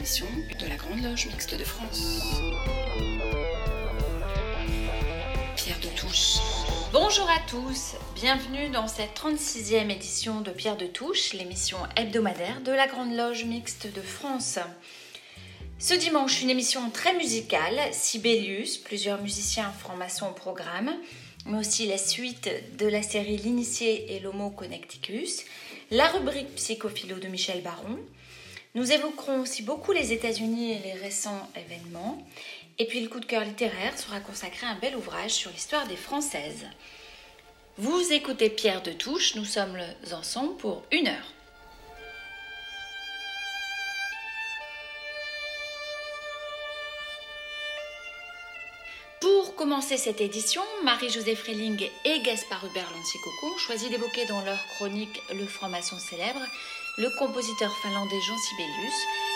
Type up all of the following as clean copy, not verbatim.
émission de la Grande Loge Mixte de France. Pierre de Touche. Bonjour à tous, bienvenue dans cette 36e édition de Pierre de Touche, l'émission hebdomadaire de la Grande Loge Mixte de France. Ce dimanche, une émission très musicale, Sibelius, plusieurs musiciens francs-maçons au programme, mais aussi la suite de la série L'Initié et l'Homo Connecticus, la rubrique Psychophilo de Michel Baron. Nous évoquerons aussi beaucoup les États-Unis et les récents événements. Et puis le coup de cœur littéraire sera consacré à un bel ouvrage sur l'histoire des Françaises. Vous écoutez Pierre de Touche, nous sommes ensemble pour 1 heure. Pour commencer cette édition, Marie-Josée Freling et Gaspard Hubert Lancy-Coco ont choisi d'évoquer dans leur chronique le franc-maçon célèbre, le compositeur finlandais Jean Sibelius.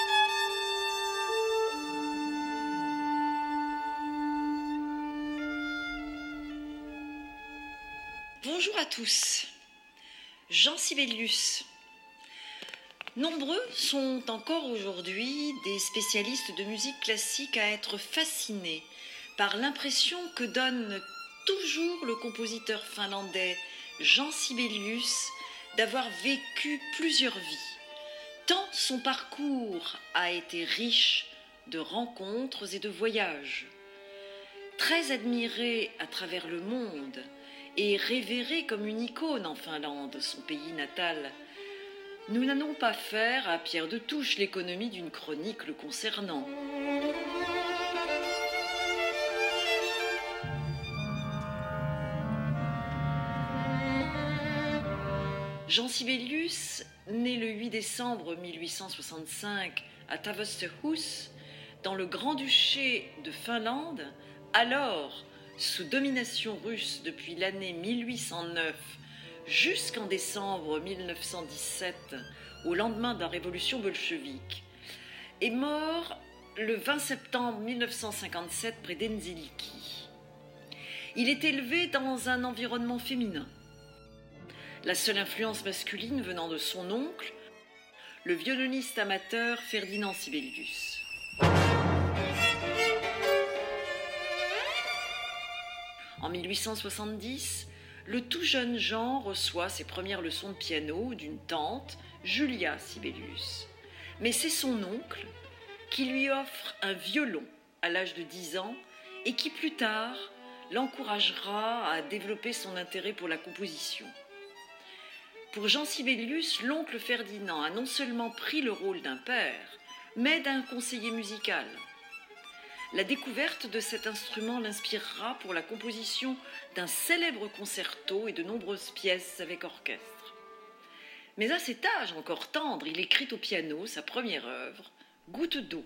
Bonjour à tous. Jean Sibelius. Nombreux sont encore aujourd'hui des spécialistes de musique classique à être fascinés par l'impression que donne toujours le compositeur finlandais Jean Sibelius d'avoir vécu plusieurs vies, tant son parcours a été riche de rencontres et de voyages. Très admiré à travers le monde et révéré comme une icône en Finlande, son pays natal, nous n'allons pas faire à Pierre de Touche l'économie d'une chronique le concernant. Jean Sibelius, né le 8 décembre 1865 à Tavastehus, dans le Grand-Duché de Finlande, alors sous domination russe depuis l'année 1809 jusqu'en décembre 1917, au lendemain de la révolution bolchevique, est mort le 20 septembre 1957 près d'Ensziliki. Il est élevé dans un environnement féminin. La seule influence masculine venant de son oncle, le violoniste amateur Ferdinand Sibelius. En 1870, le tout jeune Jean reçoit ses premières leçons de piano d'une tante, Julia Sibelius. Mais c'est son oncle qui lui offre un violon à l'âge de 10 ans et qui plus tard l'encouragera à développer son intérêt pour la composition. Pour Jean Sibelius, l'oncle Ferdinand a non seulement pris le rôle d'un père, mais d'un conseiller musical. La découverte de cet instrument l'inspirera pour la composition d'un célèbre concerto et de nombreuses pièces avec orchestre. Mais à cet âge encore tendre, il écrit au piano sa première œuvre, Goutte d'eau.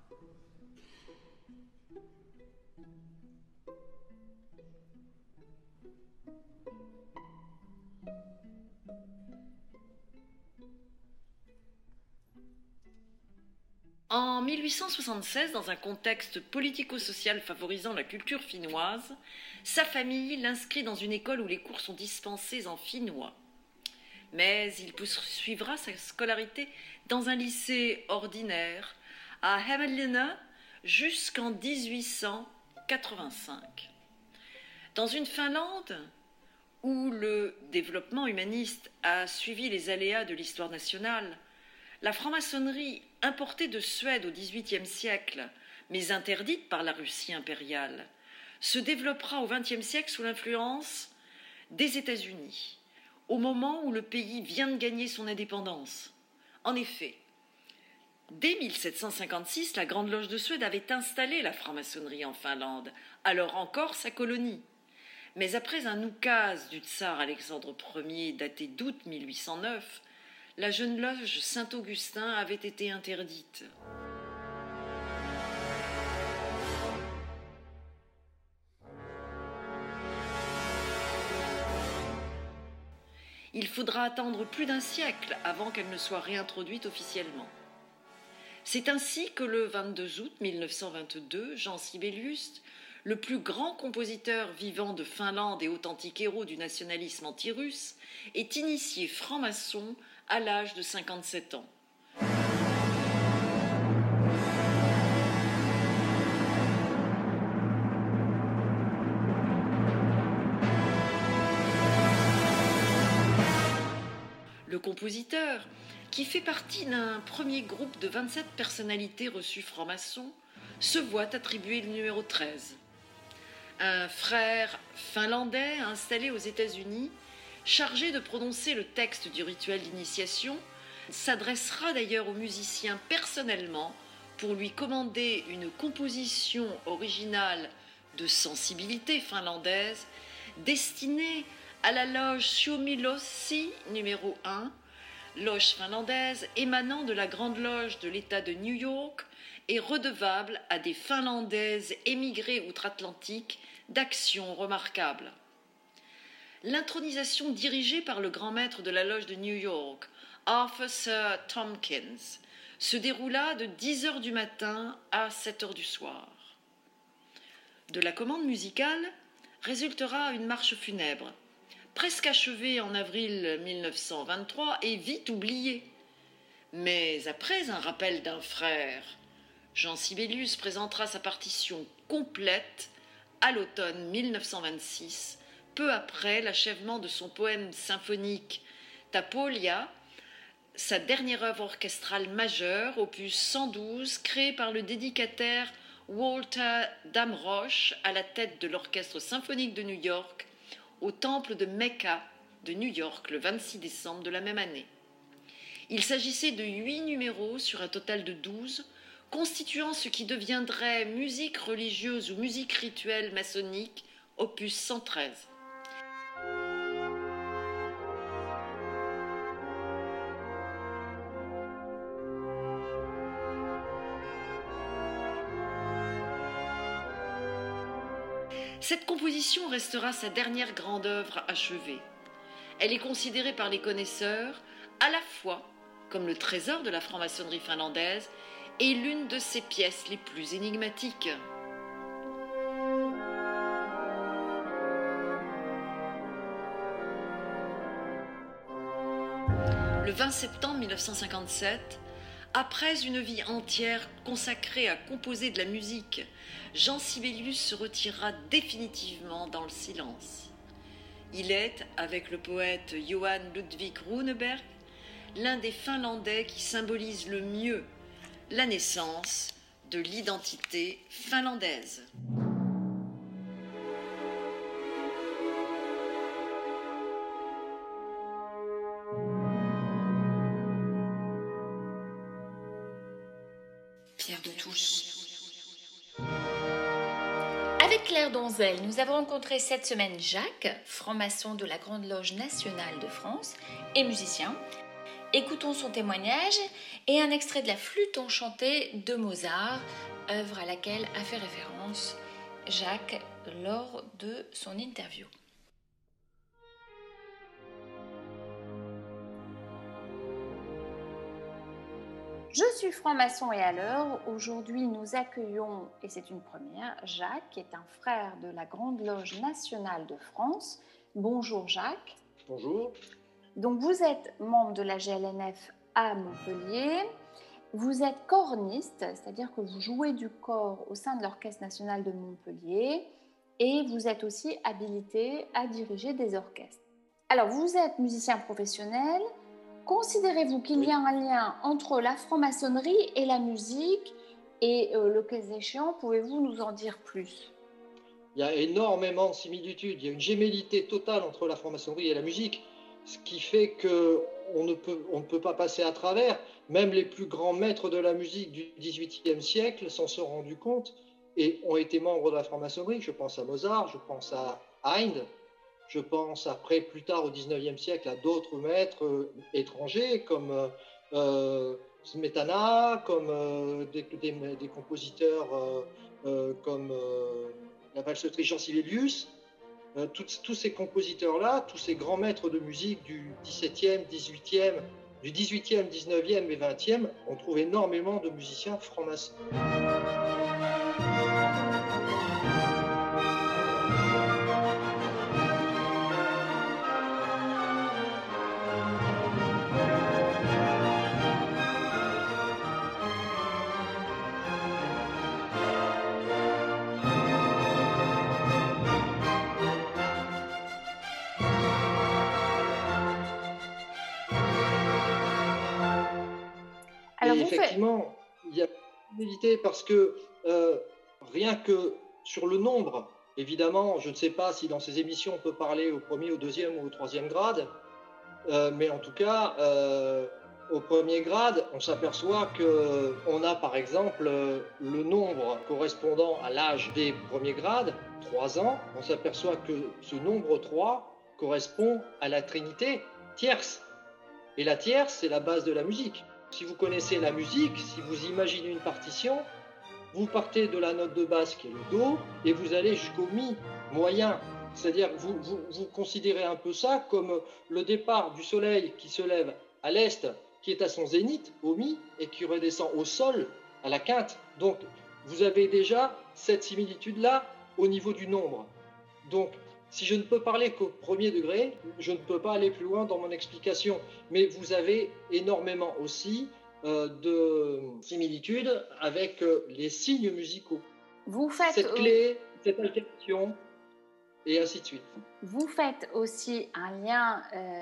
En 1876, dans un contexte politico-social favorisant la culture finnoise, sa famille l'inscrit dans une école où les cours sont dispensés en finnois. Mais il poursuivra sa scolarité dans un lycée ordinaire à Hämeenlinna jusqu'en 1885. Dans une Finlande où le développement humaniste a suivi les aléas de l'histoire nationale, la franc-maçonnerie importée de Suède au XVIIIe siècle, mais interdite par la Russie impériale, se développera au XXe siècle sous l'influence des États-Unis, au moment où le pays vient de gagner son indépendance. En effet, dès 1756, la Grande Loge de Suède avait installé la franc-maçonnerie en Finlande, alors encore sa colonie. Mais après un oukase du tsar Alexandre Ier daté d'août 1809, la jeune loge Saint-Augustin avait été interdite. Il faudra attendre plus d'un siècle avant qu'elle ne soit réintroduite officiellement. C'est ainsi que le 22 août 1922, Jean Sibelius, le plus grand compositeur vivant de Finlande et authentique héros du nationalisme anti-russe, est initié franc-maçon à l'âge de 57 ans. Le compositeur, qui fait partie d'un premier groupe de 27 personnalités reçues francs-maçons, se voit attribuer le numéro 13. Un frère finlandais installé aux États-Unis, chargé de prononcer le texte du rituel d'initiation, s'adressera d'ailleurs au musicien personnellement pour lui commander une composition originale de sensibilité finlandaise destinée à la loge Suomi-Lossi numéro 1, loge finlandaise émanant de la Grande Loge de l'État de New York et redevable à des Finlandaises émigrées outre-Atlantique d'actions remarquables. L'intronisation dirigée par le grand maître de la loge de New York, Arthur Sir Tompkins, se déroula de 10h du matin à 7h du soir. De la commande musicale résultera une marche funèbre, presque achevée en avril 1923 et vite oubliée. Mais après un rappel d'un frère, Jean Sibelius présentera sa partition complète à l'automne 1926, peu après l'achèvement de son poème symphonique Tapolia, sa dernière œuvre orchestrale majeure, opus 112, créée par le dédicataire Walter Damrosch à la tête de l'Orchestre symphonique de New York, au temple de Mecca de New York le 26 décembre de la même année. Il s'agissait de 8 numéros sur un total de 12, constituant ce qui deviendrait musique religieuse ou musique rituelle maçonnique, opus 113. Cette composition restera sa dernière grande œuvre achevée. Elle est considérée par les connaisseurs à la fois comme le trésor de la franc-maçonnerie finlandaise et l'une de ses pièces les plus énigmatiques. Le 20 septembre 1957, après une vie entière consacrée à composer de la musique, Jean Sibelius se retirera définitivement dans le silence. Il est, avec le poète Johan Ludvig Runeberg, l'un des Finlandais qui symbolise le mieux la naissance de l'identité finlandaise. Pierre de Touche. Avec Claire Donzel, nous avons rencontré cette semaine Jacques, franc-maçon de la Grande Loge nationale de France et musicien. Écoutons son témoignage et un extrait de la Flûte enchantée de Mozart, œuvre à laquelle a fait référence Jacques lors de son interview. Je suis franc-maçon et à l'heure. Aujourd'hui, nous accueillons, et c'est une première, Jacques, qui est un frère de la Grande Loge nationale de France. Bonjour Jacques. Bonjour. Donc vous êtes membre de la GLNF à Montpellier. Vous êtes corniste, c'est-à-dire que vous jouez du cor au sein de l'Orchestre national de Montpellier et vous êtes aussi habilité à diriger des orchestres. Alors vous êtes musicien professionnel. Considérez-vous qu'il y a un lien entre la franc-maçonnerie et la musique et le cas échéant, pouvez-vous nous en dire plus? Il y a énormément de similitudes, il y a une gémellité totale entre la franc-maçonnerie et la musique, ce qui fait qu'on ne peut pas passer à travers. Même les plus grands maîtres de la musique du XVIIIe siècle s'en sont rendus compte et ont été membres de la franc-maçonnerie. Je pense à Mozart, je pense à Haydn. Je pense après, plus tard au XIXe siècle, à d'autres maîtres étrangers comme Smetana, comme des compositeurs comme la valse Jean Sibelius. Tous ces compositeurs-là, tous ces grands maîtres de musique du XVIIe, XVIIIe, du XVIIIe, XIXe et XXe, on trouve énormément de musiciens francs-maçons. Alors, effectivement, il y a possibilité parce que rien que sur le nombre, évidemment, je ne sais pas si dans ces émissions on peut parler au premier, au deuxième ou au troisième grade, mais en tout cas, au premier grade, on s'aperçoit qu'on a par exemple le nombre correspondant à l'âge des premiers grades, 3 ans, on s'aperçoit que ce nombre 3 correspond à la trinité tierce. Et la tierce, c'est la base de la musique. Si vous connaissez la musique, si vous imaginez une partition, vous partez de la note de basse qui est le Do et vous allez jusqu'au Mi moyen. C'est-à-dire que vous considérez un peu ça comme le départ du soleil qui se lève à l'est, qui est à son zénith, au Mi, et qui redescend au sol, à la quinte. Donc, vous avez déjà cette similitude-là au niveau du nombre. Donc, si je ne peux parler qu'au premier degré, je ne peux pas aller plus loin dans mon explication. Mais vous avez énormément aussi de similitudes avec les signes musicaux. Vous faites cette clé, cette altération, et ainsi de suite. Vous faites aussi un lien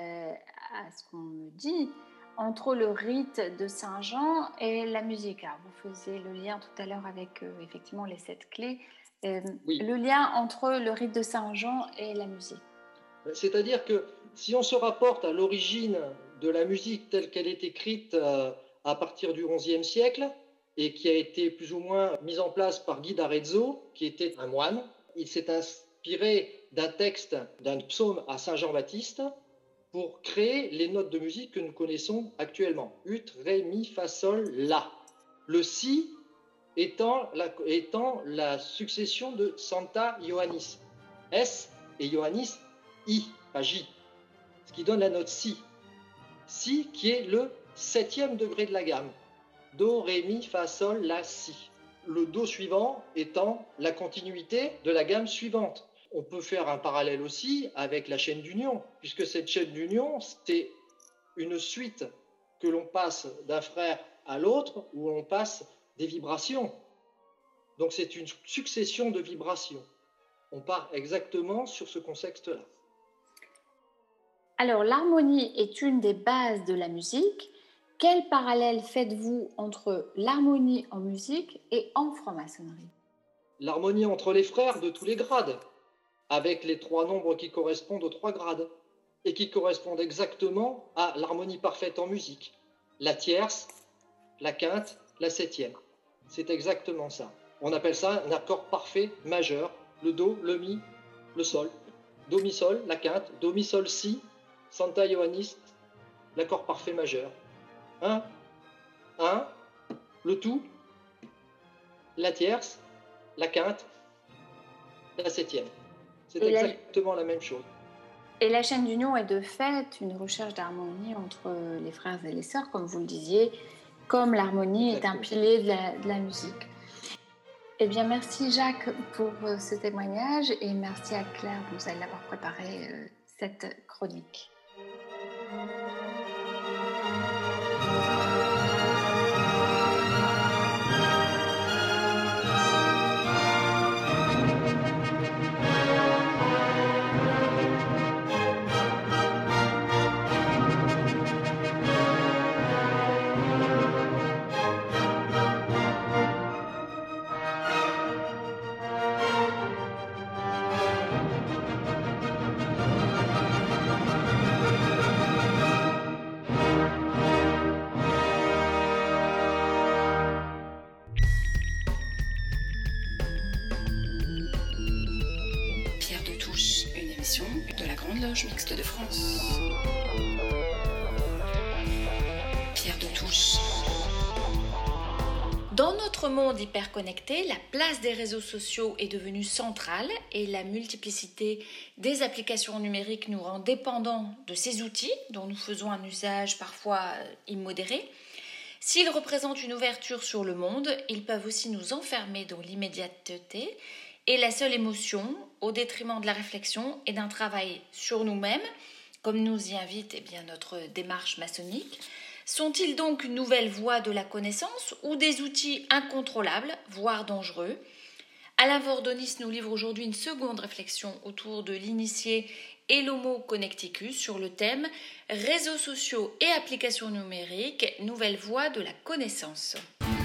à ce qu'on me dit entre le rite de Saint-Jean et la musique. Alors, vous faisiez le lien tout à l'heure avec effectivement les 7 clés. Oui. Le lien entre le rite de Saint-Jean et la musique. C'est-à-dire que si on se rapporte à l'origine de la musique telle qu'elle est écrite à partir du XIe siècle et qui a été plus ou moins mise en place par Guy d'Arezzo, qui était un moine, il s'est inspiré d'un texte, d'un psaume à Saint Jean-Baptiste pour créer les notes de musique que nous connaissons actuellement. Ut, ré, mi, fa, sol, la. Le si étant la succession de Santa Ioannis. S et Ioannis, I, pas J. Ce qui donne la note si. Si qui est le 7e degré de la gamme. Do, ré, mi, fa, sol, la, si. Le do suivant étant la continuité de la gamme suivante. On peut faire un parallèle aussi avec la chaîne d'union, puisque cette chaîne d'union, c'est une suite que l'on passe d'un frère à l'autre, où on passe des vibrations. Donc c'est une succession de vibrations. On part exactement sur ce contexte-là. Alors l'harmonie est une des bases de la musique. Quel parallèle faites-vous entre l'harmonie en musique et en franc-maçonnerie? L'harmonie entre les frères de tous les grades, avec les 3 nombres qui correspondent aux 3 grades, et qui correspondent exactement à l'harmonie parfaite en musique. La tierce, la quinte, la 7e. C'est exactement ça. On appelle ça un accord parfait majeur. Le Do, le Mi, le Sol. Do, Mi, Sol, la quinte. Do, Mi, Sol, Si. Santa Ioannis, l'accord parfait majeur. 1, le tout, la tierce, la quinte, la 7e. C'est exactement la même chose. Et la chaîne d'union est de fait une recherche d'harmonie entre les frères et les sœurs, comme vous le disiez, comme l'harmonie est un pilier de la musique. Eh bien, merci Jacques pour ce témoignage et merci à Claire de nous avoir préparé cette chronique. De la Grande Loge Mixte de France. Pierre de Touche. Dans notre monde hyper connecté, la place des réseaux sociaux est devenue centrale et la multiplicité des applications numériques nous rend dépendants de ces outils dont nous faisons un usage parfois immodéré. S'ils représentent une ouverture sur le monde, ils peuvent aussi nous enfermer dans l'immédiateté et la seule émotion au détriment de la réflexion et d'un travail sur nous-mêmes, comme nous y invite notre démarche maçonnique. Sont-ils donc une nouvelle voie de la connaissance ou des outils incontrôlables, voire dangereux? Alain Vordonis nous livre aujourd'hui une seconde réflexion autour de l'initié et l'Homo connecticus sur le thème « Réseaux sociaux et applications numériques, nouvelle voie de la connaissance ».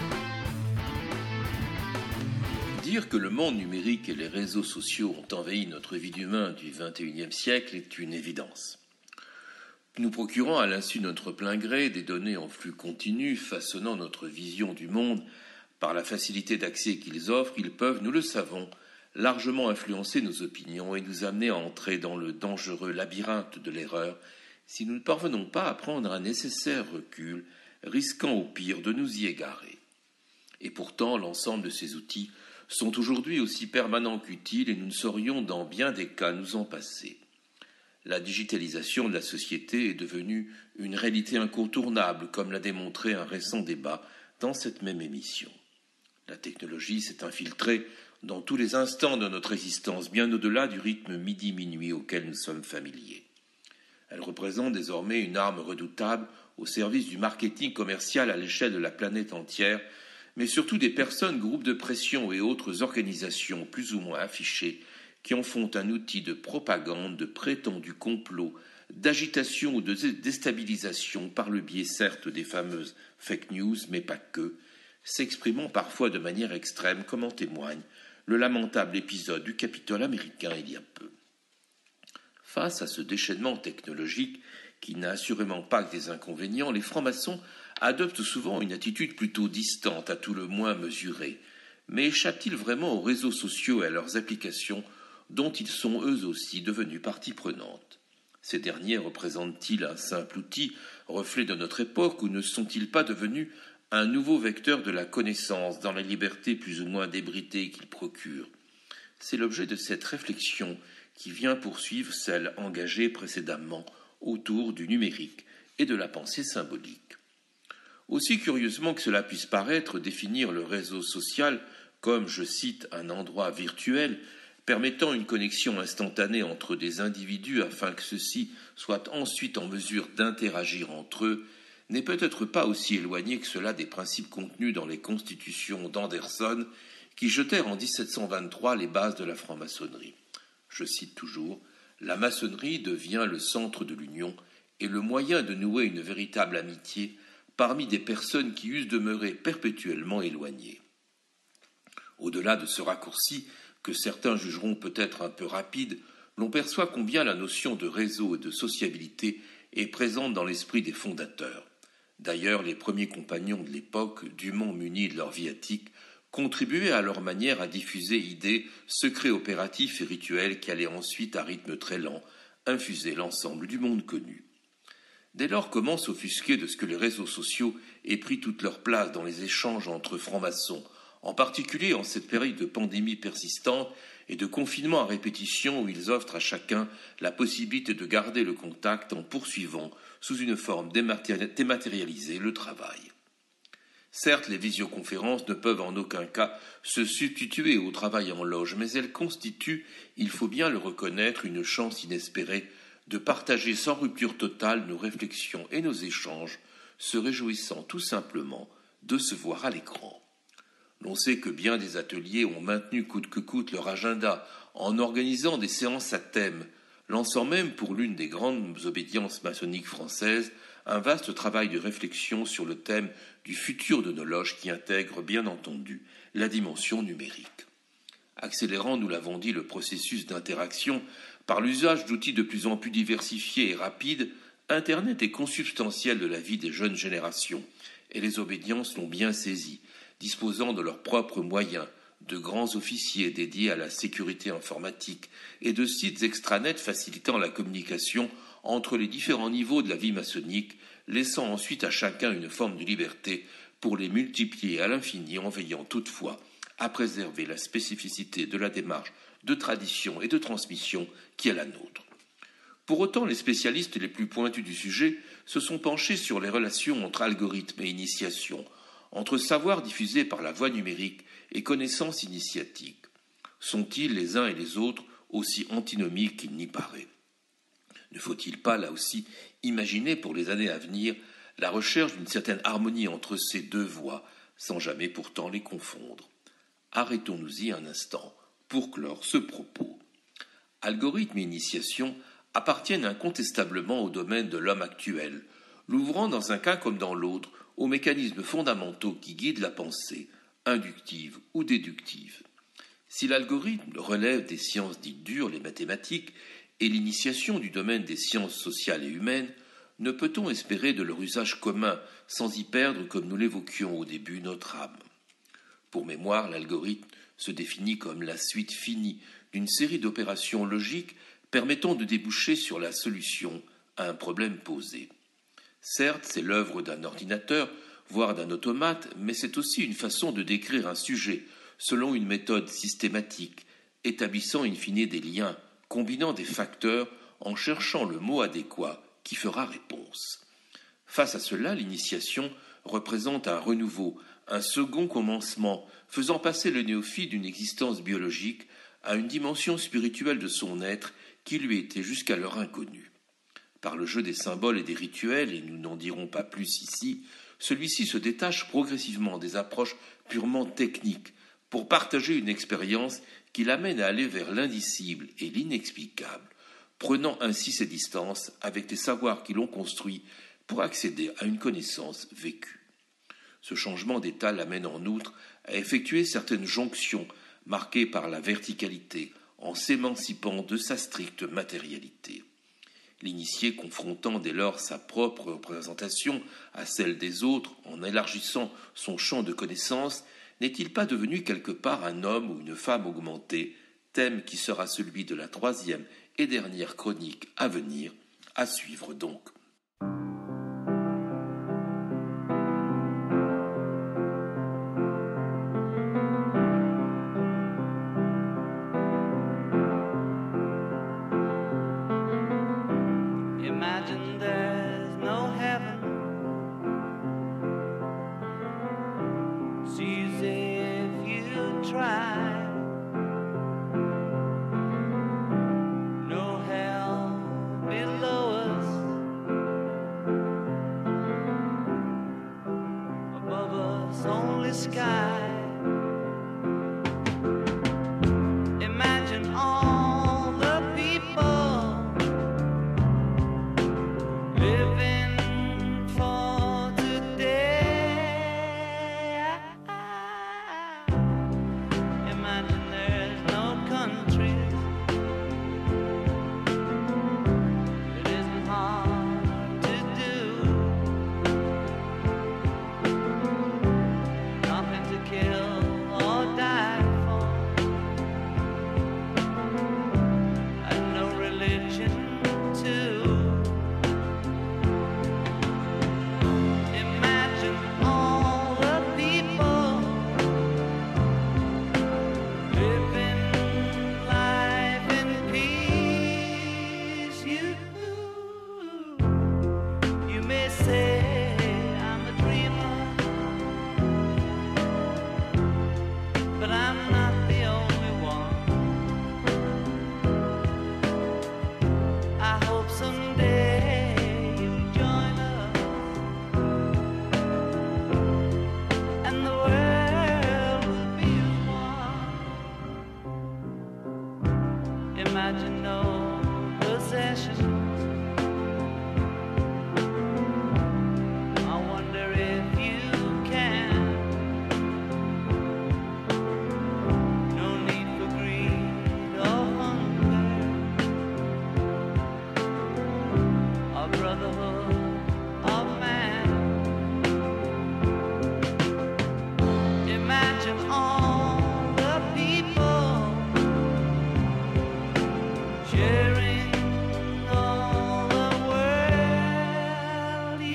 Dire que le monde numérique et les réseaux sociaux ont envahi notre vie d'humain du XXIe siècle est une évidence. Nous procurant à l'insu de notre plein gré des données en flux continu façonnant notre vision du monde par la facilité d'accès qu'ils offrent, ils peuvent, nous le savons, largement influencer nos opinions et nous amener à entrer dans le dangereux labyrinthe de l'erreur si nous ne parvenons pas à prendre un nécessaire recul, risquant au pire de nous y égarer. Et pourtant, l'ensemble de ces outils sont aujourd'hui aussi permanents qu'utiles et nous ne saurions dans bien des cas nous en passer. La digitalisation de la société est devenue une réalité incontournable, comme l'a démontré un récent débat dans cette même émission. La technologie s'est infiltrée dans tous les instants de notre existence, bien au-delà du rythme midi-minuit auquel nous sommes familiers. Elle représente désormais une arme redoutable au service du marketing commercial à l'échelle de la planète entière, mais surtout des personnes, groupes de pression et autres organisations plus ou moins affichées qui en font un outil de propagande, de prétendu complot, d'agitation ou de déstabilisation par le biais certes des fameuses fake news, mais pas que, s'exprimant parfois de manière extrême, comme en témoigne le lamentable épisode du Capitole américain il y a peu. Face à ce déchaînement technologique, qui n'a assurément pas que des inconvénients, les francs-maçons adoptent souvent une attitude plutôt distante, à tout le moins mesurée. Mais échappent-ils vraiment aux réseaux sociaux et à leurs applications, dont ils sont eux aussi devenus partie prenante? Ces derniers représentent-ils un simple outil, reflet de notre époque, ou ne sont-ils pas devenus un nouveau vecteur de la connaissance dans la liberté plus ou moins débridée qu'ils procurent? C'est l'objet de cette réflexion qui vient poursuivre celle engagée précédemment autour du numérique et de la pensée symbolique. Aussi curieusement que cela puisse paraître, définir le réseau social comme, je cite, un endroit virtuel permettant une connexion instantanée entre des individus afin que ceux-ci soient ensuite en mesure d'interagir entre eux, n'est peut-être pas aussi éloigné que cela des principes contenus dans les constitutions d'Anderson qui jetèrent en 1723 les bases de la franc-maçonnerie. Je cite toujours, « La maçonnerie devient le centre de l'union et le moyen de nouer une véritable amitié parmi des personnes qui eussent demeuré perpétuellement éloignées. » Au-delà de ce raccourci, que certains jugeront peut-être un peu rapide, l'on perçoit combien la notion de réseau et de sociabilité est présente dans l'esprit des fondateurs. D'ailleurs, les premiers compagnons de l'époque, dûment munis de leur viatique, contribuaient à leur manière à diffuser idées, secrets opératifs et rituels qui allaient ensuite, à rythme très lent, infuser l'ensemble du monde connu. Dès lors, comment s'offusquer de ce que les réseaux sociaux aient pris toute leur place dans les échanges entre francs-maçons, en particulier en cette période de pandémie persistante et de confinement à répétition où ils offrent à chacun la possibilité de garder le contact en poursuivant, sous une forme dématérialisée, le travail. Certes, les visioconférences ne peuvent en aucun cas se substituer au travail en loge, mais elles constituent, il faut bien le reconnaître, une chance inespérée de partager sans rupture totale nos réflexions et nos échanges, se réjouissant tout simplement de se voir à l'écran. L'on sait que bien des ateliers ont maintenu coûte que coûte leur agenda en organisant des séances à thème, lançant même pour l'une des grandes obédiences maçonniques françaises un vaste travail de réflexion sur le thème du futur de nos loges qui intègre bien entendu la dimension numérique. Accélérant, nous l'avons dit, le processus d'interaction par l'usage d'outils de plus en plus diversifiés et rapides, Internet est consubstantiel de la vie des jeunes générations, et les obédiences l'ont bien saisi, disposant de leurs propres moyens, de grands officiers dédiés à la sécurité informatique et de sites extranets facilitant la communication entre les différents niveaux de la vie maçonnique, laissant ensuite à chacun une forme de liberté pour les multiplier à l'infini en veillant toutefois à préserver la spécificité de la démarche de tradition et de transmission qui est la nôtre. Pour autant, les spécialistes les plus pointus du sujet se sont penchés sur les relations entre algorithmes et initiation, entre savoir diffusé par la voie numérique et connaissances initiatiques. Sont-ils les uns et les autres aussi antinomiques qu'il n'y paraît? Ne faut-il pas, là aussi, imaginer pour les années à venir la recherche d'une certaine harmonie entre ces deux voies, sans jamais pourtant les confondre? Arrêtons-nous-y un instant pour clore ce propos. Algorithme et initiation appartiennent incontestablement au domaine de l'homme actuel, l'ouvrant dans un cas comme dans l'autre aux mécanismes fondamentaux qui guident la pensée, inductive ou déductive. Si l'algorithme relève des sciences dites dures, les mathématiques, et l'initiation du domaine des sciences sociales et humaines, ne peut-on espérer de leur usage commun sans y perdre, comme nous l'évoquions au début, notre âme? Pour mémoire, l'algorithme se définit comme la suite finie d'une série d'opérations logiques permettant de déboucher sur la solution à un problème posé. Certes, c'est l'œuvre d'un ordinateur, voire d'un automate, mais c'est aussi une façon de décrire un sujet selon une méthode systématique, établissant in fine des liens, combinant des facteurs en cherchant le mot adéquat qui fera réponse. Face à cela, l'initiation représente un renouveau, un second commencement, faisant passer le néophyte d'une existence biologique à une dimension spirituelle de son être qui lui était jusqu'alors inconnue. Par le jeu des symboles et des rituels, et nous n'en dirons pas plus ici, celui-ci se détache progressivement des approches purement techniques pour partager une expérience qui l'amène à aller vers l'indicible et l'inexplicable, prenant ainsi ses distances avec les savoirs qui l'ont construit pour accéder à une connaissance vécue. Ce changement d'état l'amène en outre à effectuer certaines jonctions marquées par la verticalité, en s'émancipant de sa stricte matérialité. L'initié, confrontant dès lors sa propre représentation à celle des autres, en élargissant son champ de connaissances, n'est-il pas devenu quelque part un homme ou une femme augmenté, thème qui sera celui de la 3e et dernière chronique à venir, à suivre donc. Imagine there's no heaven. It's easy if you try. No hell below us. Above us only sky. Imagine all the people living for today. Imagine there's no countries. It isn't hard to do. Nothing to kill or die for. And no religion too. Imagine all the people living life in peace. You may say I'm a dreamer, but I'm not the only one. I hope someday you'll join us and the world will be as one. Imagine no possessions. I wonder if you can. No need for greed or hunger, or brotherhood of man. Imagine all the people sharing all the world.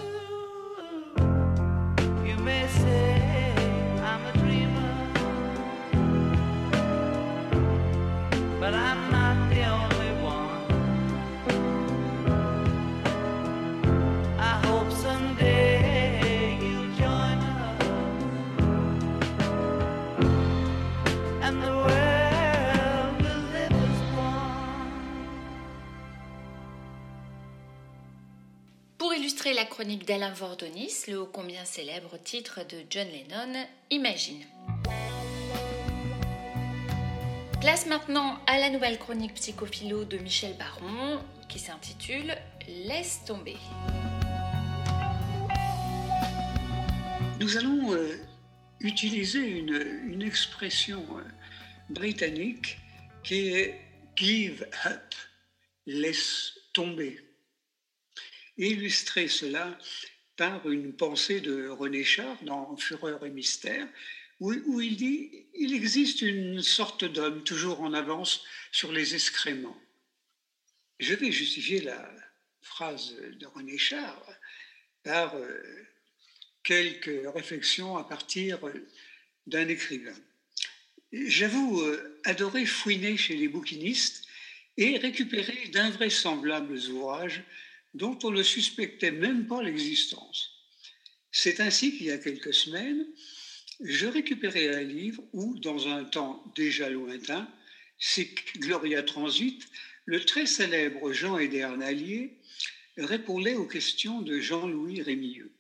You may say I'm a dreamer, but I'm not the only one. I hope someday you'll join us and the world will live as one. Pour illustrer la chronique d'Alain Vordonis, le ô combien célèbre titre de John Lennon, Imagine. Place maintenant à la nouvelle chronique psychophilo de Michel Baron qui s'intitule « Laisse tomber ». Nous allons utiliser une expression britannique qui est « give up », laisse tomber. Et illustrer cela par une pensée de René Char dans Fureur et mystère, où il dit « Il existe une sorte d'homme toujours en avance sur les excréments ». Je vais justifier la phrase de René Char par quelques réflexions à partir d'un écrivain. J'avoue adorer fouiner chez les bouquinistes et récupérer d'invraisemblables ouvrages dont on ne suspectait même pas l'existence. C'est ainsi qu'il y a quelques semaines, je récupérais un livre où, dans un temps déjà lointain, Sic Gloria Transit, le très célèbre Jean Edernalier répondait aux questions de Jean-Louis Rémilleux.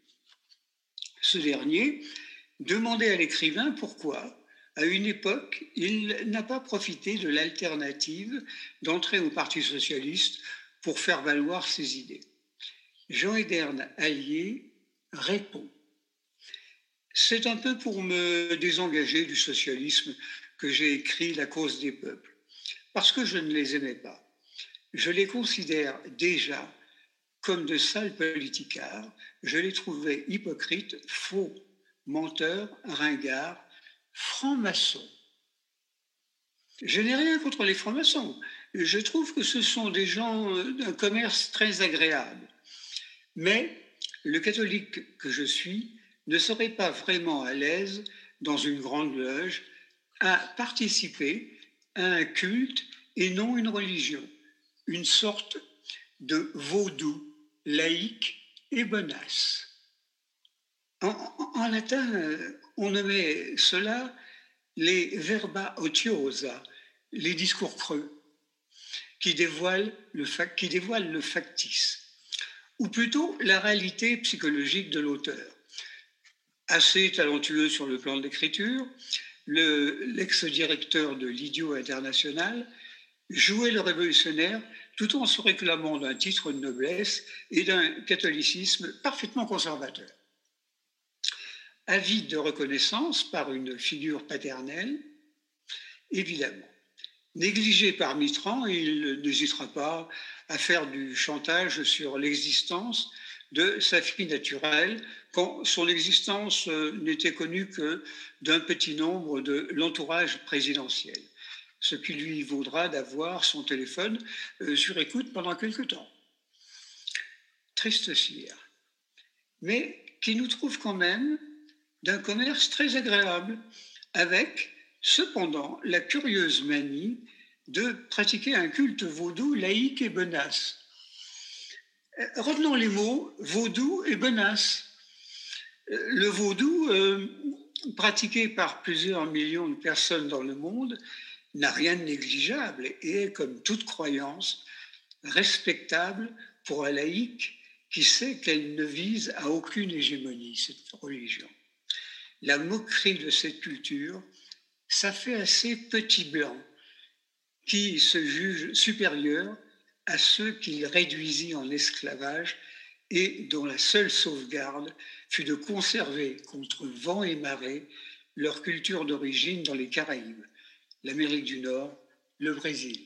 Ce dernier demandait à l'écrivain pourquoi, à une époque, il n'a pas profité de l'alternative d'entrer au Parti socialiste pour faire valoir ses idées. Jean Edernalier répond « C'est un peu pour me désengager du socialisme que j'ai écrit La cause des peuples, parce que je ne les aimais pas. Je les considère déjà comme de sales politicards, je les trouvais hypocrites, faux, menteurs, ringards, francs-maçons. Je n'ai rien contre les francs-maçons. Je trouve que ce sont des gens d'un commerce très agréable. Mais le catholique que je suis ne serait pas vraiment à l'aise dans une grande loge à participer à un culte et non une religion, une sorte de vaudou laïque et bonasse. En latin, on nommait cela les verba otiosa, les discours creux, qui dévoilent le factice, ou plutôt la réalité psychologique de l'auteur. Assez talentueux sur le plan de l'écriture, l'ex-directeur de l'Idiot International jouait le révolutionnaire tout en se réclamant d'un titre de noblesse et d'un catholicisme parfaitement conservateur. Avide de reconnaissance par une figure paternelle, évidemment. Négligé par Mitterrand, il n'hésitera pas à faire du chantage sur l'existence de sa fille naturelle quand son existence n'était connue que d'un petit nombre de l'entourage présidentiel, ce qui lui vaudra d'avoir son téléphone sur écoute pendant quelque temps. Triste cire, mais qui nous trouve quand même d'un commerce très agréable, avec cependant la curieuse manie de pratiquer un culte vaudou laïque et bonasse. Retenons les mots vaudou et bonasse. Le vaudou, pratiqué par plusieurs millions de personnes dans le monde, n'a rien de négligeable et est, comme toute croyance, respectable pour un laïc qui sait qu'elle ne vise à aucune hégémonie, cette religion. La moquerie de cette culture, ça fait assez petit blanc qui se jugent supérieurs à ceux qu'il réduisit en esclavage et dont la seule sauvegarde fut de conserver contre vent et marée leur culture d'origine dans les Caraïbes, l'Amérique du Nord, le Brésil.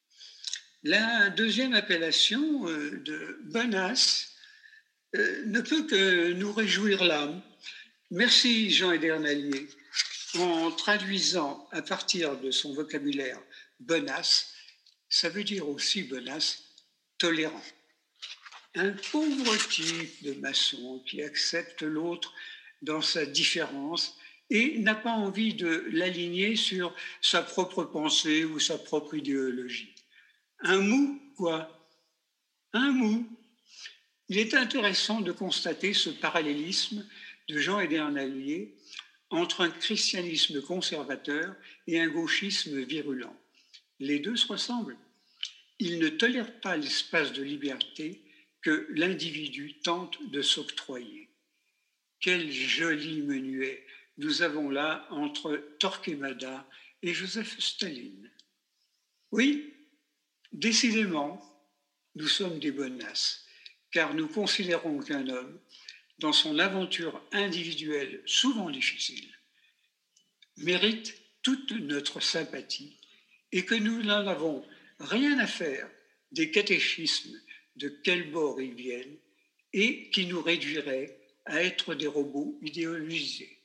La deuxième appellation de bonasse ne peut que nous réjouir l'âme. Merci Jean Edernalier. En traduisant à partir de son vocabulaire bonasse, ça veut dire aussi bonasse, tolérant. Un pauvre type de maçon qui accepte l'autre dans sa différence et n'a pas envie de l'aligner sur sa propre pensée ou sa propre idéologie. Un mou, quoi. Un mou. Il est intéressant de constater ce parallélisme de Jean Edernalier entre un christianisme conservateur et un gauchisme virulent. Les deux se ressemblent. Ils ne tolèrent pas l'espace de liberté que l'individu tente de s'octroyer. Quel joli menuet nous avons là entre Torquemada et Joseph Staline. Oui, décidément, nous sommes des bonasses, car nous considérons qu'un homme, dans son aventure individuelle souvent difficile, mérite toute notre sympathie et que nous n'en avons rien à faire des catéchismes de quel bord ils viennent et qui nous réduiraient à être des robots idéologisés.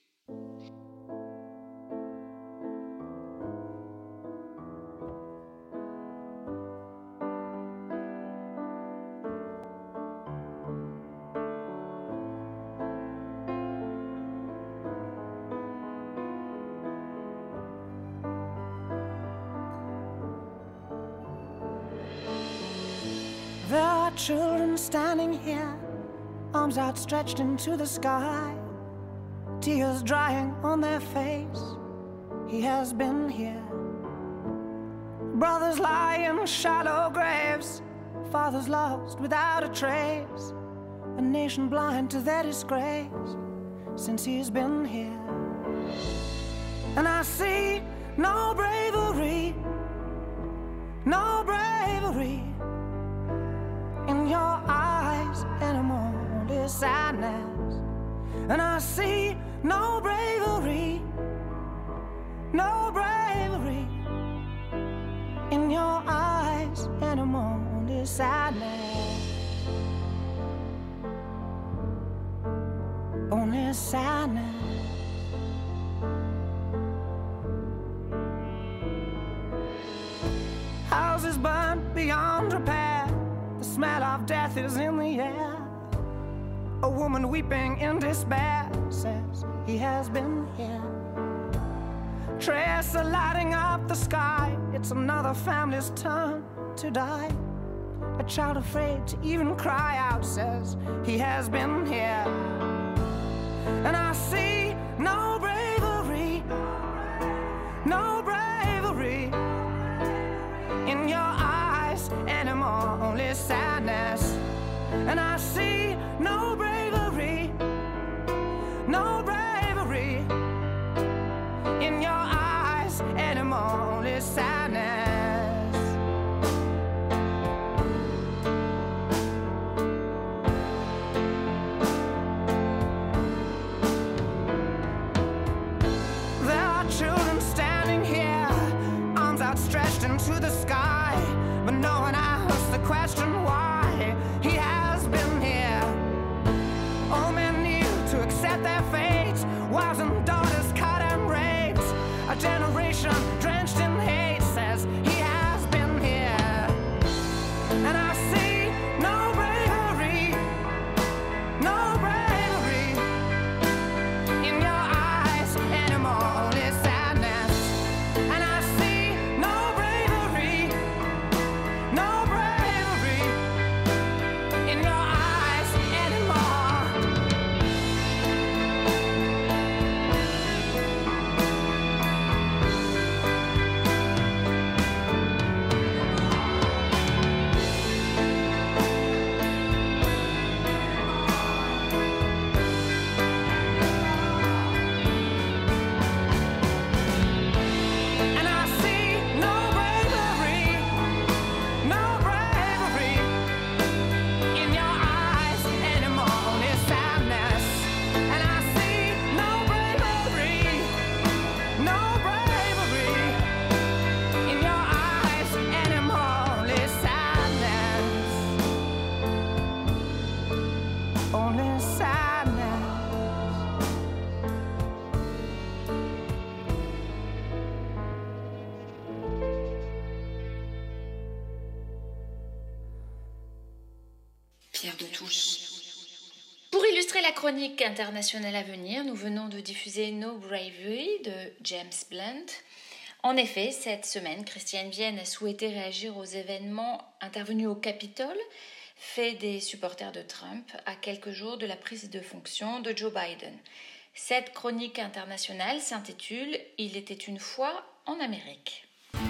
There are children standing here, arms outstretched into the sky, tears drying on their face. He has been here. Brothers lie in shallow graves, fathers lost without a trace, a nation blind to their disgrace since he's been here. And I see no bravery, no bravery in your eyes anymore, only sadness. And I see no bravery, no bravery in your eyes anymore, only sadness, only sadness. Houses burnt beyond repair, the smell of death is in the air. A woman weeping in despair says he has been here. Trails are lighting up the sky, it's another family's turn to die. A child afraid to even cry out says he has been here. And I see no bravery, no bravery in your eyes anymore, only sadness. And I see no bravery, no bravery in your eyes anymore, only sadness. There are children standing here, arms outstretched into the sky, but no one asks the question why he has been here. All men need to accept their fate, wives and daughters cut and raped. A generation drenched in hate says he has been here. And I see no bravery, no bravery in your eyes anymore, only sadness. And I see no bravery, no bravery in your eyes anymore. And I see no bravery, no bravery in your eyes anymore, only sadness. And I see no bravery, no bravery in your eyes anymore, only sadness, only sadness. Pierre de Touche. Pour illustrer la chronique internationale à venir, nous venons de diffuser No Bravery de James Blunt. En effet, cette semaine, Christiane Vienne a souhaité réagir aux événements intervenus au Capitole, fait des supporters de Trump à quelques jours de la prise de fonction de Joe Biden. Cette chronique internationale s'intitule « Il était une fois en Amérique ».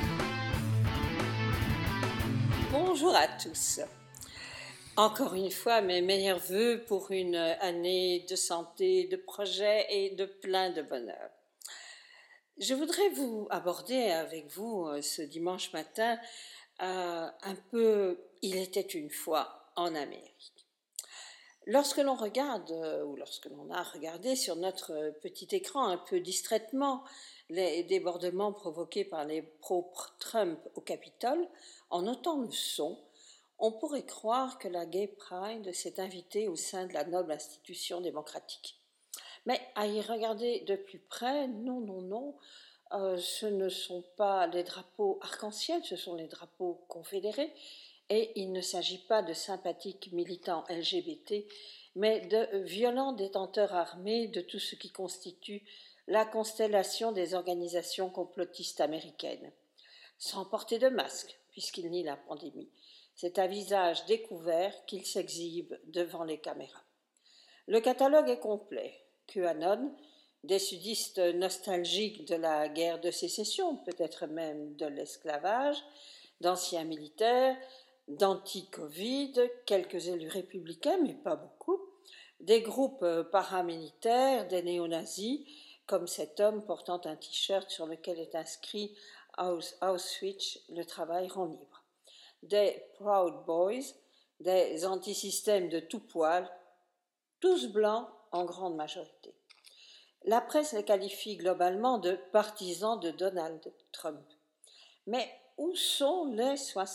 Bonjour à tous. Encore une fois, mes meilleurs vœux pour une année de santé, de projets et de plein de bonheur. Je voudrais vous aborder avec vous ce dimanche matin un peu « Il était une fois en Amérique ». Lorsque l'on regarde, ou lorsque l'on a regardé sur notre petit écran un peu distraitement les débordements provoqués par les pro-Trump au Capitole, en notant le son, on pourrait croire que la Gay Pride s'est invitée au sein de la noble institution démocratique. Mais à y regarder de plus près, non, ce ne sont pas les drapeaux arc-en-ciel, ce sont les drapeaux confédérés, et il ne s'agit pas de sympathiques militants LGBT, mais de violents détenteurs armés de tout ce qui constitue la constellation des organisations complotistes américaines. Sans porter de masque, puisqu'ils nient la pandémie. C'est à visage découvert qu'ils s'exhibent devant les caméras. Le catalogue est complet. QAnon, des sudistes nostalgiques de la guerre de sécession, peut-être même de l'esclavage, d'anciens militaires, d'anti-Covid, quelques élus républicains, mais pas beaucoup, des groupes paramilitaires, des néo-nazis, comme cet homme portant un t-shirt sur lequel est inscrit « Auschwitz, le travail rend libre », des Proud Boys, des antisystèmes de tout poil, tous blancs en grande majorité. La presse les qualifie globalement de partisans de Donald Trump. Mais où sont les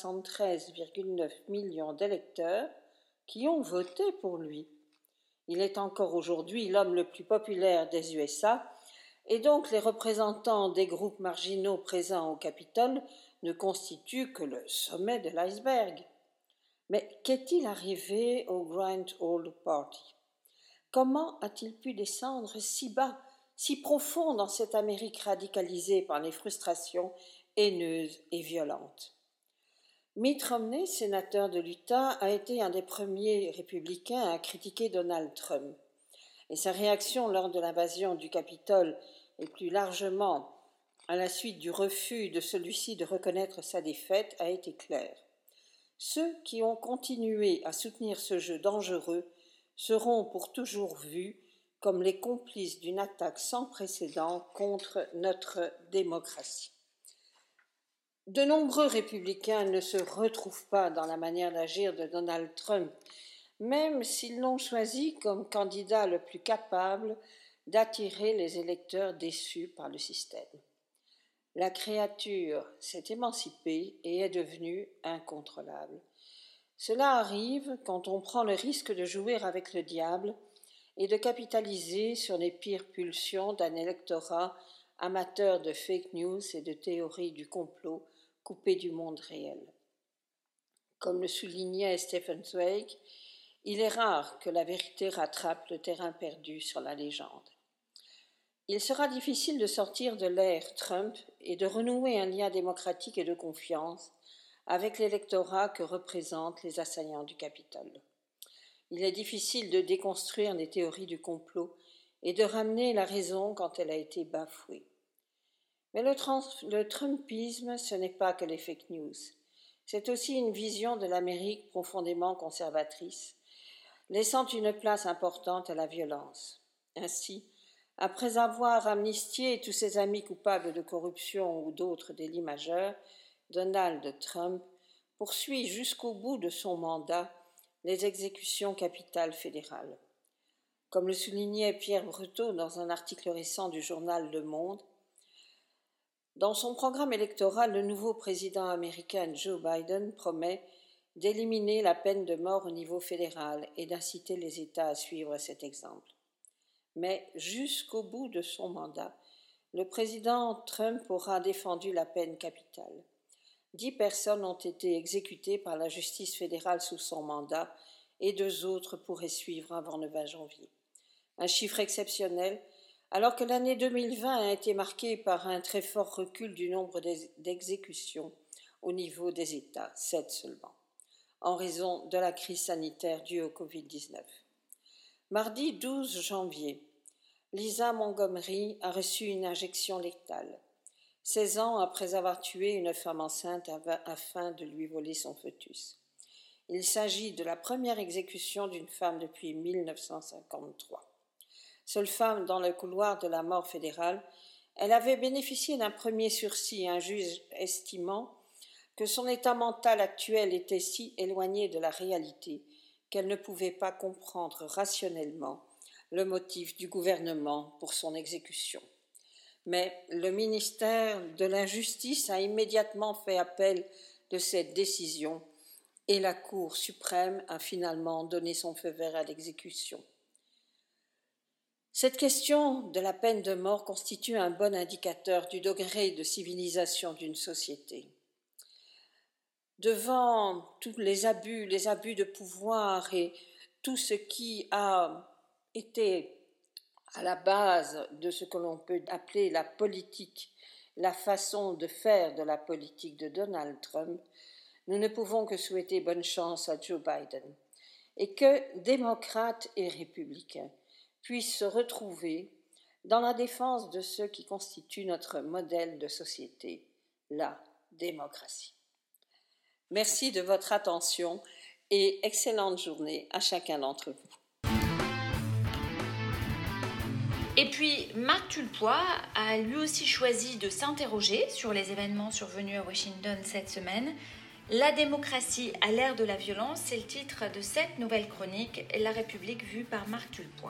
73,9 millions d'électeurs qui ont voté pour lui? Il est encore aujourd'hui l'homme le plus populaire des USA, et donc les représentants des groupes marginaux présents au Capitole ne constituent que le sommet de l'iceberg. Mais qu'est-il arrivé au Grand Old Party? Comment a-t-il pu descendre si bas, si profond dans cette Amérique radicalisée par les frustrations haineuses et violentes? Mitt Romney, sénateur de l'Utah, a été un des premiers républicains à critiquer Donald Trump. Et sa réaction lors de l'invasion du Capitole et plus largement à la suite du refus de celui-ci de reconnaître sa défaite a été claire. Ceux qui ont continué à soutenir ce jeu dangereux seront pour toujours vus comme les complices d'une attaque sans précédent contre notre démocratie. De nombreux républicains ne se retrouvent pas dans la manière d'agir de Donald Trump, même s'ils l'ont choisi comme candidat le plus capable d'attirer les électeurs déçus par le système. La créature s'est émancipée et est devenue incontrôlable. Cela arrive quand on prend le risque de jouer avec le diable et de capitaliser sur les pires pulsions d'un électorat amateur de fake news et de théories du complot coupé du monde réel. Comme le soulignait Stephen Zweig, il est rare que la vérité rattrape le terrain perdu sur la légende. Il sera difficile de sortir de l'ère Trump et de renouer un lien démocratique et de confiance avec l'électorat que représentent les assaillants du Capitole. Il est difficile de déconstruire les théories du complot et de ramener la raison quand elle a été bafouée. Mais le Trumpisme, ce n'est pas que les fake news. C'est aussi une vision de l'Amérique profondément conservatrice, laissant une place importante à la violence. Ainsi, après avoir amnistié tous ses amis coupables de corruption ou d'autres délits majeurs, Donald Trump poursuit jusqu'au bout de son mandat les exécutions capitales fédérales. Comme le soulignait Pierre Breteau dans un article récent du journal Le Monde, dans son programme électoral, le nouveau président américain Joe Biden promet d'éliminer la peine de mort au niveau fédéral et d'inciter les États à suivre cet exemple. Mais jusqu'au bout de son mandat, le président Trump aura défendu la peine capitale. 10 personnes ont été exécutées par la justice fédérale sous son mandat et 2 autres pourraient suivre avant le 20 janvier. Un chiffre exceptionnel, alors que l'année 2020 a été marquée par un très fort recul du nombre d'exécutions au niveau des États, 7 seulement, en raison de la crise sanitaire due au Covid-19. Mardi 12 janvier, Lisa Montgomery a reçu une injection létale, 16 ans après avoir tué une femme enceinte afin de lui voler son fœtus. Il s'agit de la première exécution d'une femme depuis 1953. Seule femme dans le couloir de la mort fédérale, Elle avait bénéficié d'un premier sursis, un juge estimant que son état mental actuel était si éloigné de la réalité qu'elle ne pouvait pas comprendre rationnellement le motif du gouvernement pour son exécution. Mais le ministère de la Justice a immédiatement fait appel de cette décision et la Cour suprême a finalement donné son feu vert à l'exécution. Cette question de la peine de mort constitue un bon indicateur du degré de civilisation d'une société. Devant tous les abus de pouvoir et tout ce qui a été à la base de ce que l'on peut appeler la politique, la façon de faire de la politique de Donald Trump, nous ne pouvons que souhaiter bonne chance à Joe Biden et que démocrates et républicains puissent se retrouver dans la défense de ce qui constitue notre modèle de société, la démocratie. Merci de votre attention et excellente journée à chacun d'entre vous. Et puis, Marc Tulpois a lui aussi choisi de s'interroger sur les événements survenus à Washington cette semaine. La démocratie à l'ère de la violence, c'est le titre de cette nouvelle chronique, La République vue par Marc Tulpois.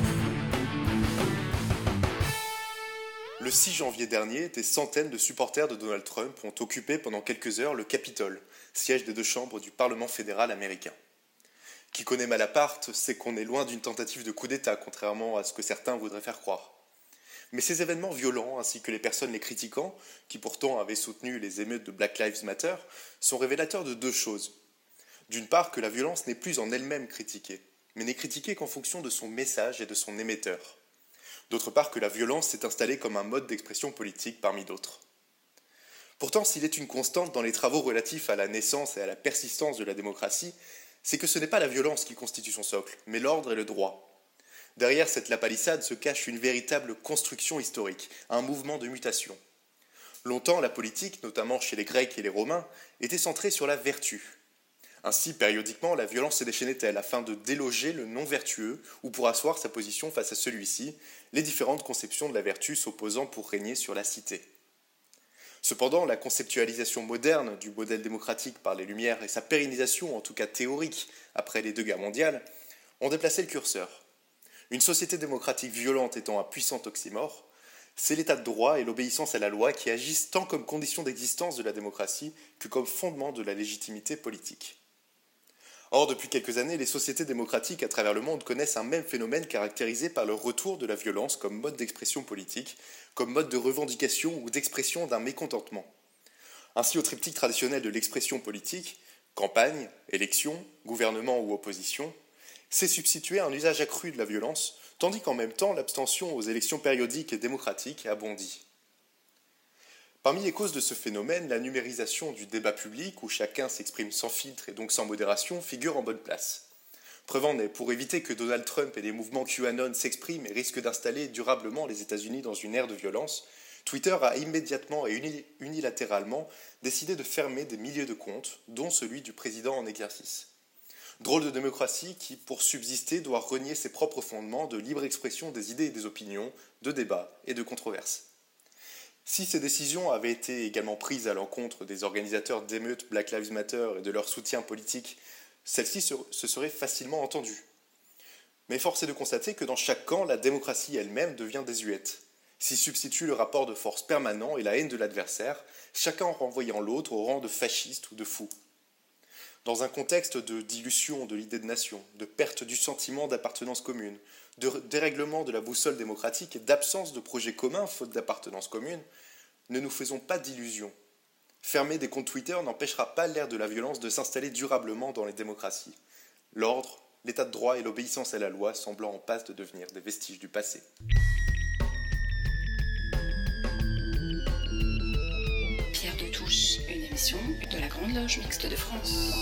Le 6 janvier dernier, des centaines de supporters de Donald Trump ont occupé pendant quelques heures le Capitole, siège des deux chambres du Parlement fédéral américain. Qui connaît Malaparte sait qu'on est loin d'une tentative de coup d'État, contrairement à ce que certains voudraient faire croire. Mais ces événements violents, ainsi que les personnes les critiquant, qui pourtant avaient soutenu les émeutes de Black Lives Matter, sont révélateurs de deux choses. D'une part, que la violence n'est plus en elle-même critiquée, mais n'est critiquée qu'en fonction de son message et de son émetteur. D'autre part, que la violence s'est installée comme un mode d'expression politique parmi d'autres. Pourtant, s'il est une constante dans les travaux relatifs à la naissance et à la persistance de la démocratie, c'est que ce n'est pas la violence qui constitue son socle, mais l'ordre et le droit. Derrière cette lapalissade se cache une véritable construction historique, un mouvement de mutation. Longtemps, la politique, notamment chez les Grecs et les Romains, était centrée sur la vertu. Ainsi, périodiquement, la violence se déchaînait-elle afin de déloger le non-vertueux ou pour asseoir sa position face à celui-ci, les différentes conceptions de la vertu s'opposant pour régner sur la cité. Cependant, la conceptualisation moderne du modèle démocratique par les Lumières et sa pérennisation, en tout cas théorique, après les deux guerres mondiales, ont déplacé le curseur. Une société démocratique violente étant un puissant oxymore, c'est l'état de droit et l'obéissance à la loi qui agissent tant comme condition d'existence de la démocratie que comme fondement de la légitimité politique. Or, depuis quelques années, les sociétés démocratiques à travers le monde connaissent un même phénomène caractérisé par le retour de la violence comme mode d'expression politique, comme mode de revendication ou d'expression d'un mécontentement. Ainsi, au triptyque traditionnel de l'expression politique, campagne, élection, gouvernement ou opposition, s'est substitué un usage accru de la violence, tandis qu'en même temps, l'abstention aux élections périodiques et démocratiques a bondi. Parmi les causes de ce phénomène, la numérisation du débat public, où chacun s'exprime sans filtre et donc sans modération, figure en bonne place. Preuve en est, pour éviter que Donald Trump et les mouvements QAnon s'expriment et risquent d'installer durablement les États-Unis dans une ère de violence, Twitter a immédiatement et unilatéralement décidé de fermer des milliers de comptes, dont celui du président en exercice. Drôle de démocratie qui, pour subsister, doit renier ses propres fondements de libre expression des idées et des opinions, de débats et de controverses. Si ces décisions avaient été également prises à l'encontre des organisateurs d'émeutes Black Lives Matter et de leur soutien politique, celles-ci se seraient facilement entendues. Mais force est de constater que dans chaque camp, la démocratie elle-même devient désuète. S'y substitue le rapport de force permanent et la haine de l'adversaire, chacun en renvoyant l'autre au rang de fasciste ou de fou. Dans un contexte de dilution de l'idée de nation, de perte du sentiment d'appartenance commune, de dérèglement de la boussole démocratique et d'absence de projet commun faute d'appartenance commune, ne nous faisons pas d'illusions. Fermer des comptes Twitter n'empêchera pas l'ère de la violence de s'installer durablement dans les démocraties. L'ordre, l'état de droit et l'obéissance à la loi semblant en passe de devenir des vestiges du passé. Pierre de Touche, une émission de la Grande Loge Mixte de France.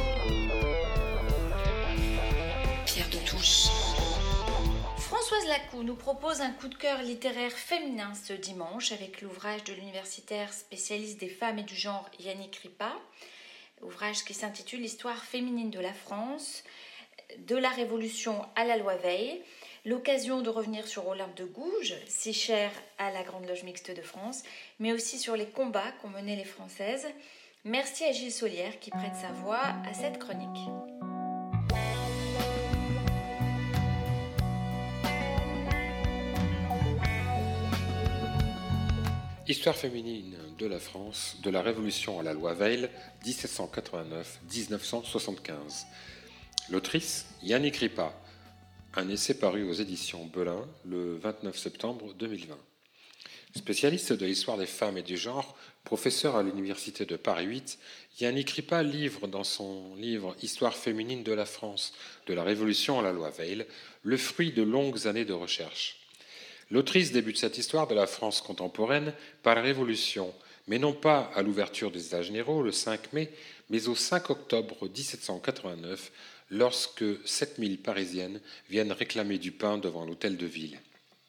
Pierre de Touche. Françoise Lacou nous propose un coup de cœur littéraire féminin ce dimanche avec l'ouvrage de l'universitaire spécialiste des femmes et du genre Yannick Ripa, ouvrage qui s'intitule « L'histoire féminine de la France ». de la Révolution à la loi Veil, l'occasion de revenir sur Olympe de Gouges, si cher à la Grande Loge Mixte de France, mais aussi sur les combats qu'ont menés les Françaises. Merci à Gilles Solière qui prête sa voix à cette chronique. Histoire féminine de la France, de la Révolution à la loi Veil, 1789-1975. L'autrice, Yannick Ripa. Un essai paru aux éditions Belin le 29 septembre 2020. Spécialiste de l'histoire des femmes et du genre, professeur à l'université de Paris 8, Yannick Ripa livre dans son livre Histoire féminine de la France, de la Révolution à la loi Veil, le fruit de longues années de recherche. L'autrice débute cette histoire de la France contemporaine par la Révolution, mais non pas à l'ouverture des États généraux le 5 mai, mais au 5 octobre 1789, lorsque 7000 Parisiennes viennent réclamer du pain devant l'hôtel de ville.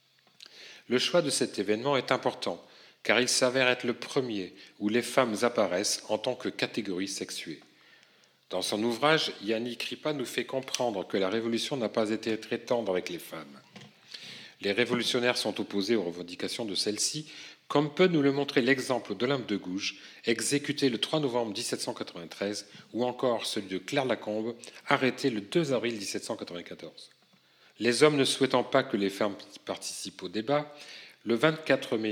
Le choix de cet événement est important, car il s'avère être le premier où les femmes apparaissent en tant que catégorie sexuée. Dans son ouvrage, Yannick Ripa nous fait comprendre que la Révolution n'a pas été très tendre avec les femmes. Les révolutionnaires sont opposés aux revendications de celles-ci, comme peut nous le montrer l'exemple d'Olympe de Gouges, exécuté le 3 novembre 1793, ou encore celui de Claire Lacombe, arrêté le 2 avril 1794. Les hommes ne souhaitant pas que les femmes participent au débat, le 24 mai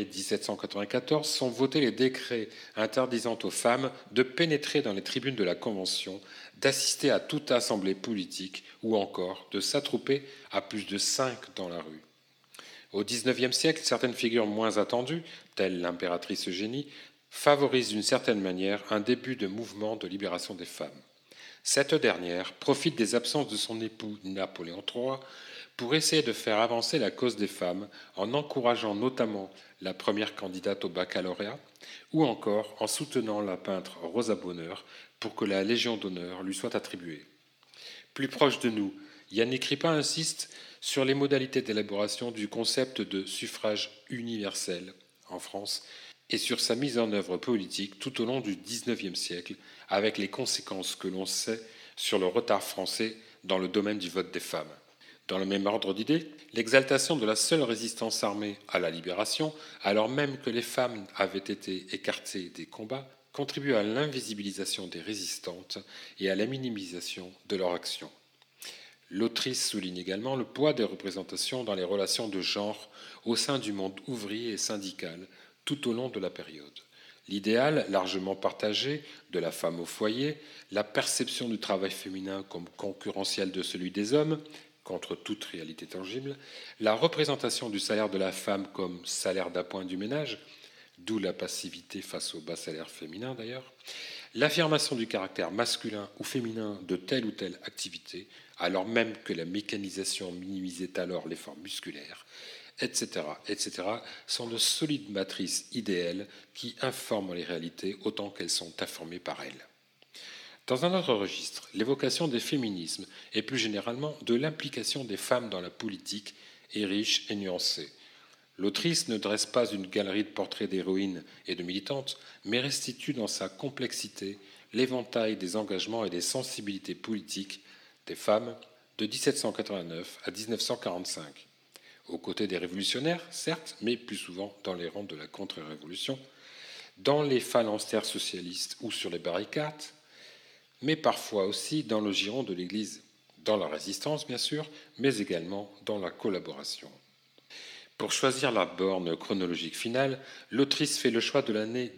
1794 sont votés les décrets interdisant aux femmes de pénétrer dans les tribunes de la Convention, d'assister à toute assemblée politique ou encore de s'attrouper à plus de 5 dans la rue. Au XIXe siècle, certaines figures moins attendues, telles l'impératrice Eugénie, favorisent d'une certaine manière un début de mouvement de libération des femmes. Cette dernière profite des absences de son époux Napoléon III pour essayer de faire avancer la cause des femmes en encourageant notamment la première candidate au baccalauréat ou encore en soutenant la peintre Rosa Bonheur pour que la Légion d'honneur lui soit attribuée. Plus proche de nous, Yannick Ripa insiste sur les modalités d'élaboration du concept de suffrage universel en France et sur sa mise en œuvre politique tout au long du XIXe siècle, avec les conséquences que l'on sait sur le retard français dans le domaine du vote des femmes. Dans le même ordre d'idées, l'exaltation de la seule résistance armée à la libération, alors même que les femmes avaient été écartées des combats, contribue à l'invisibilisation des résistantes et à la minimisation de leur action. L'autrice souligne également le poids des représentations dans les relations de genre au sein du monde ouvrier et syndical tout au long de la période. L'idéal, largement partagé, de la femme au foyer, la perception du travail féminin comme concurrentiel de celui des hommes, contre toute réalité tangible, la représentation du salaire de la femme comme salaire d'appoint du ménage, d'où la passivité face au bas salaire féminin d'ailleurs, l'affirmation du caractère masculin ou féminin de telle ou telle activité, alors même que la mécanisation minimisait alors l'effort musculaire, etc., sont de solides matrices idéales qui informent les réalités autant qu'elles sont informées par elles. Dans un autre registre, l'évocation des féminismes et plus généralement de l'implication des femmes dans la politique est riche et nuancée. L'autrice ne dresse pas une galerie de portraits d'héroïnes et de militantes, mais restitue dans sa complexité l'éventail des engagements et des sensibilités politiques des femmes de 1789 à 1945. Aux côtés des révolutionnaires, certes, mais plus souvent dans les rangs de la contre-révolution, dans les phalanstères socialistes ou sur les barricades, mais parfois aussi dans le giron de l'Église, dans la résistance bien sûr, mais également dans la collaboration. Pour choisir la borne chronologique finale, l'autrice fait le choix de l'année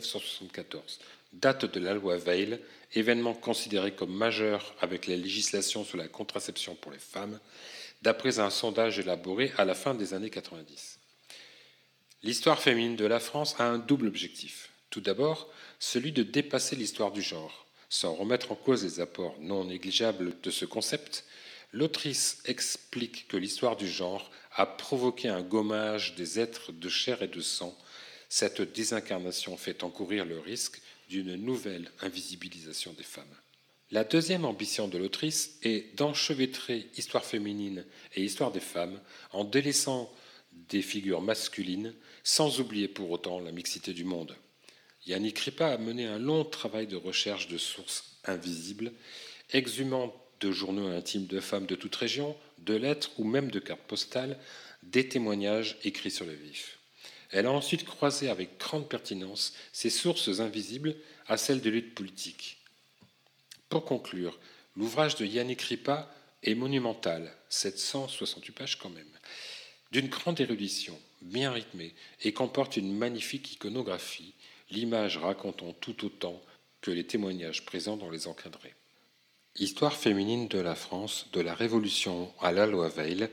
1974, date de la loi Veil, événement considéré comme majeur avec les législations sur la contraception pour les femmes, d'après un sondage élaboré à la fin des années 90. L'histoire féminine de la France a un double objectif. Tout d'abord, celui de dépasser l'histoire du genre. Sans remettre en cause les apports non négligeables de ce concept, l'autrice explique que l'histoire du genre a provoqué un gommage des êtres de chair et de sang. Cette désincarnation fait encourir le risque d'une nouvelle invisibilisation des femmes. La deuxième ambition de l'autrice est d'enchevêtrer histoire féminine et histoire des femmes en délaissant des figures masculines sans oublier pour autant la mixité du monde. Yannick Ripa a mené un long travail de recherche de sources invisibles, exhumant de journaux intimes de femmes de toute région, de lettres ou même de cartes postales, des témoignages écrits sur le vif. Elle a ensuite croisé avec grande pertinence ces sources invisibles à celles de lutte politique. Pour conclure, l'ouvrage de Yannick Ripa est monumental, 768 pages quand même, d'une grande érudition, bien rythmée, et comporte une magnifique iconographie, l'image racontant tout autant que les témoignages présents dans les encadrés. Histoire féminine de la France, de la Révolution à la loi Veil,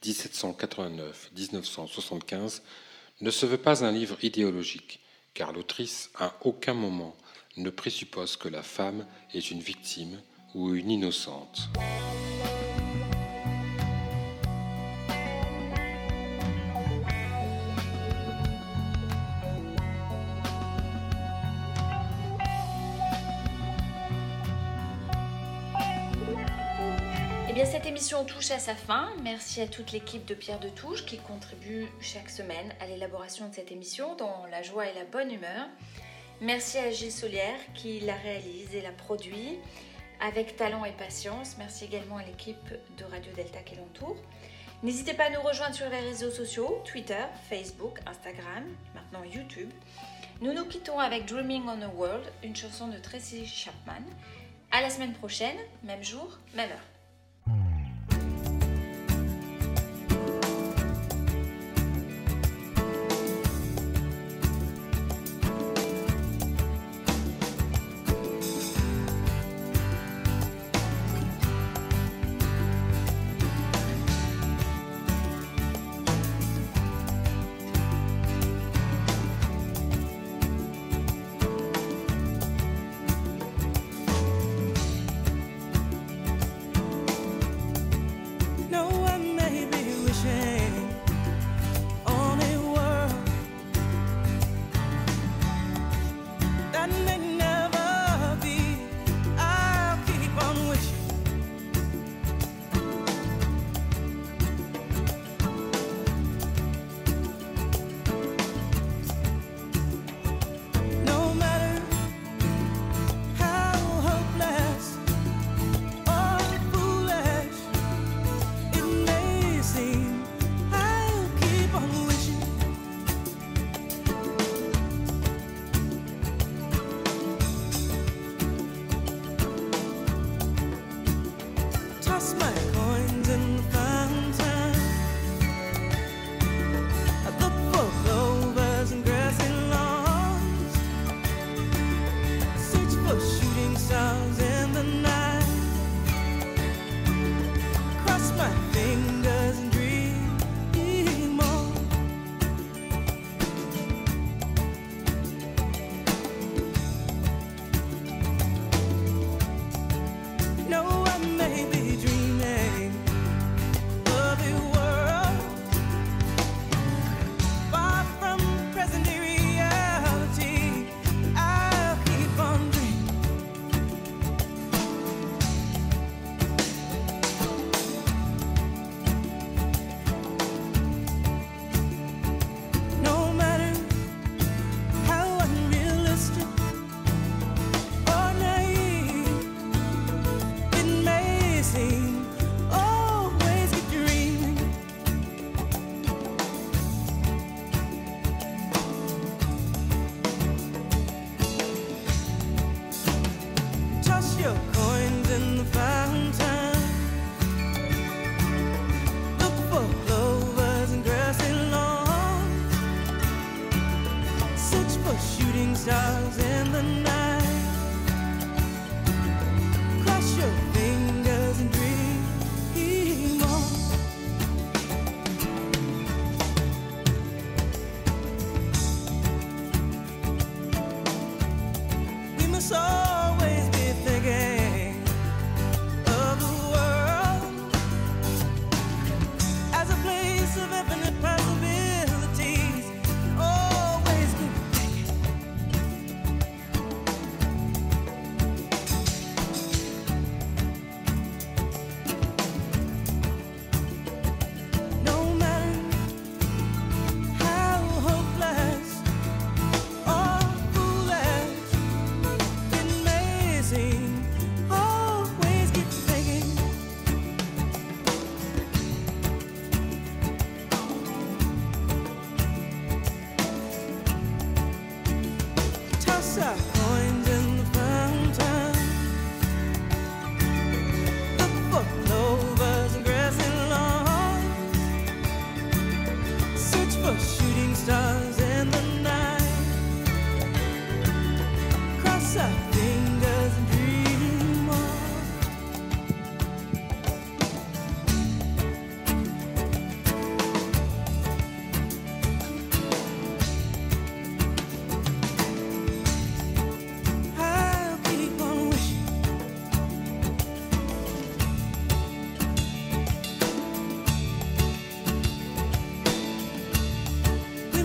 1789-1975, ne se veut pas un livre idéologique, car l'autrice, à aucun moment, ne présuppose que la femme est une victime ou une innocente. Eh bien, cette émission touche à sa fin. Merci à toute l'équipe de Pierre de Touche qui contribue chaque semaine à l'élaboration de cette émission dans la joie et la bonne humeur. Merci à Gilles Solière qui la réalise et la produit avec talent et patience. Merci également à l'équipe de Radio Delta qui l'entoure. N'hésitez pas à nous rejoindre sur les réseaux sociaux, Twitter, Facebook, Instagram, maintenant YouTube. Nous nous quittons avec Dreaming on a World, une chanson de Tracy Chapman. À la semaine prochaine, même jour, même heure.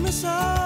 us all.